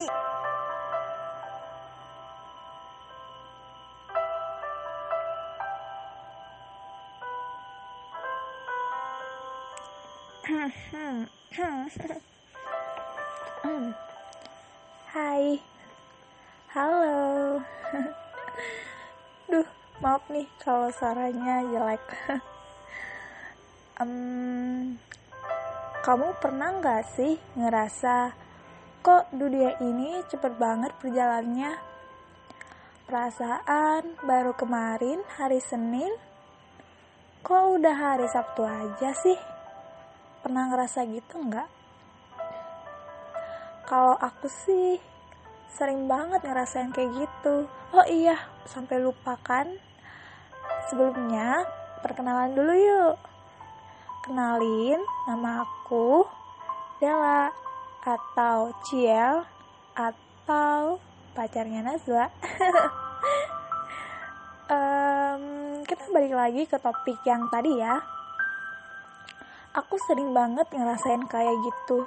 Hai, halo. Duh, maaf nih kalau suaranya jelek. Kamu pernah nggak sih ngerasa kok dunia ini cepet banget perjalannya? Perasaan baru kemarin hari Senin, kok udah hari Sabtu aja sih? Pernah ngerasa gitu nggak? Kalau aku sih sering banget ngerasain kayak gitu. Oh iya, sampai lupa kan? Sebelumnya, perkenalan dulu yuk. Kenalin, nama aku Dela atau Ciel atau pacarnya Nazwa. Kita balik lagi ke topik yang tadi ya. Aku sering banget ngerasain kayak gitu.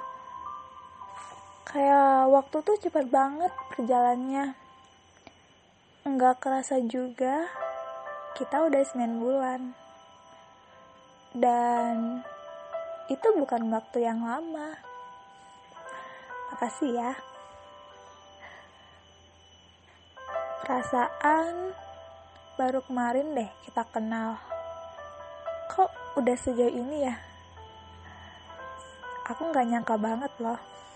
Kayak waktu tuh cepet banget perjalannya. Nggak kerasa juga, kita udah 9 bulan. Dan itu bukan waktu yang lama. Makasih ya. Perasaan baru kemarin deh kita kenal. Kok udah sejauh ini ya? Aku gak nyangka banget loh.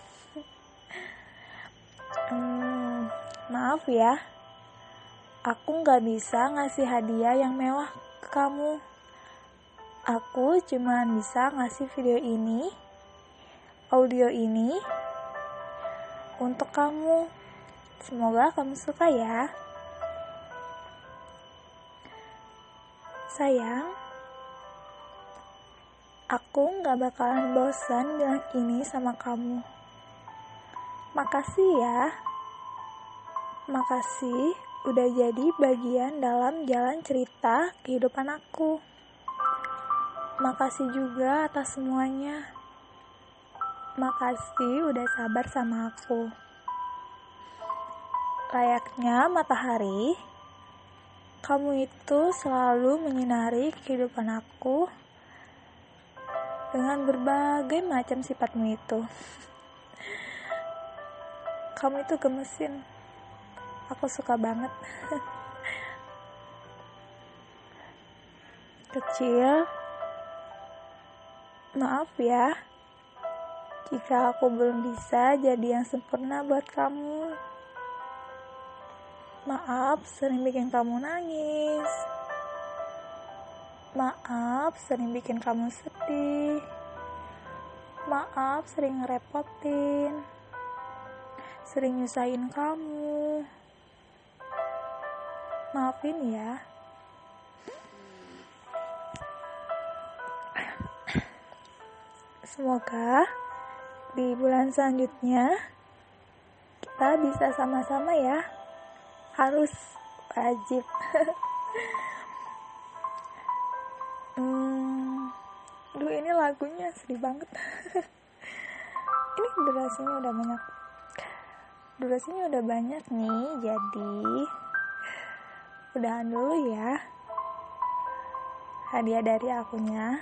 Maaf ya, aku gak bisa ngasih hadiah yang mewah ke kamu. Aku cuma bisa ngasih video ini, audio ini, untuk kamu. Semoga kamu suka ya. Sayang, aku gak bakalan bosan bilang ini sama kamu. Makasih ya. Makasih udah jadi bagian dalam jalan cerita kehidupan aku. Makasih juga atas semuanya. Makasih udah sabar sama aku. Layaknya matahari, kamu itu selalu menyinari kehidupan aku dengan berbagai macam sifatmu itu. Kamu itu gemesin. Aku suka banget. Kecil, maaf ya jika aku belum bisa jadi yang sempurna buat kamu. Maaf sering bikin kamu nangis. Maaf sering bikin kamu sedih. Maaf sering ngerepotin. Sering nyusahin kamu. Maafin ya. Semoga di bulan selanjutnya kita bisa sama-sama ya. Harus, wajib. Duh, ini lagunya sedih banget. Ini durasinya udah banyak nih, jadi udahan dulu ya. Hadiah dari akunya.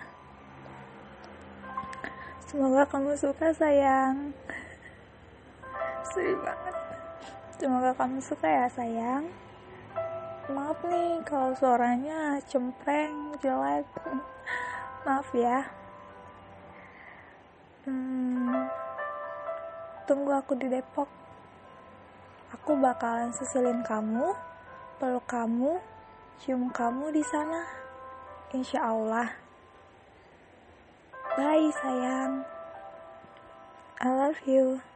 Semoga kamu suka, sayang. Sedih banget. Semoga kamu suka ya, sayang. Maaf nih kalau suaranya cempreng, jelek. Maaf ya. Tunggu aku di Depok. Aku bakalan susulin kamu, peluk kamu, cium kamu di sana. Insya Allah. Bye sayang. I love you.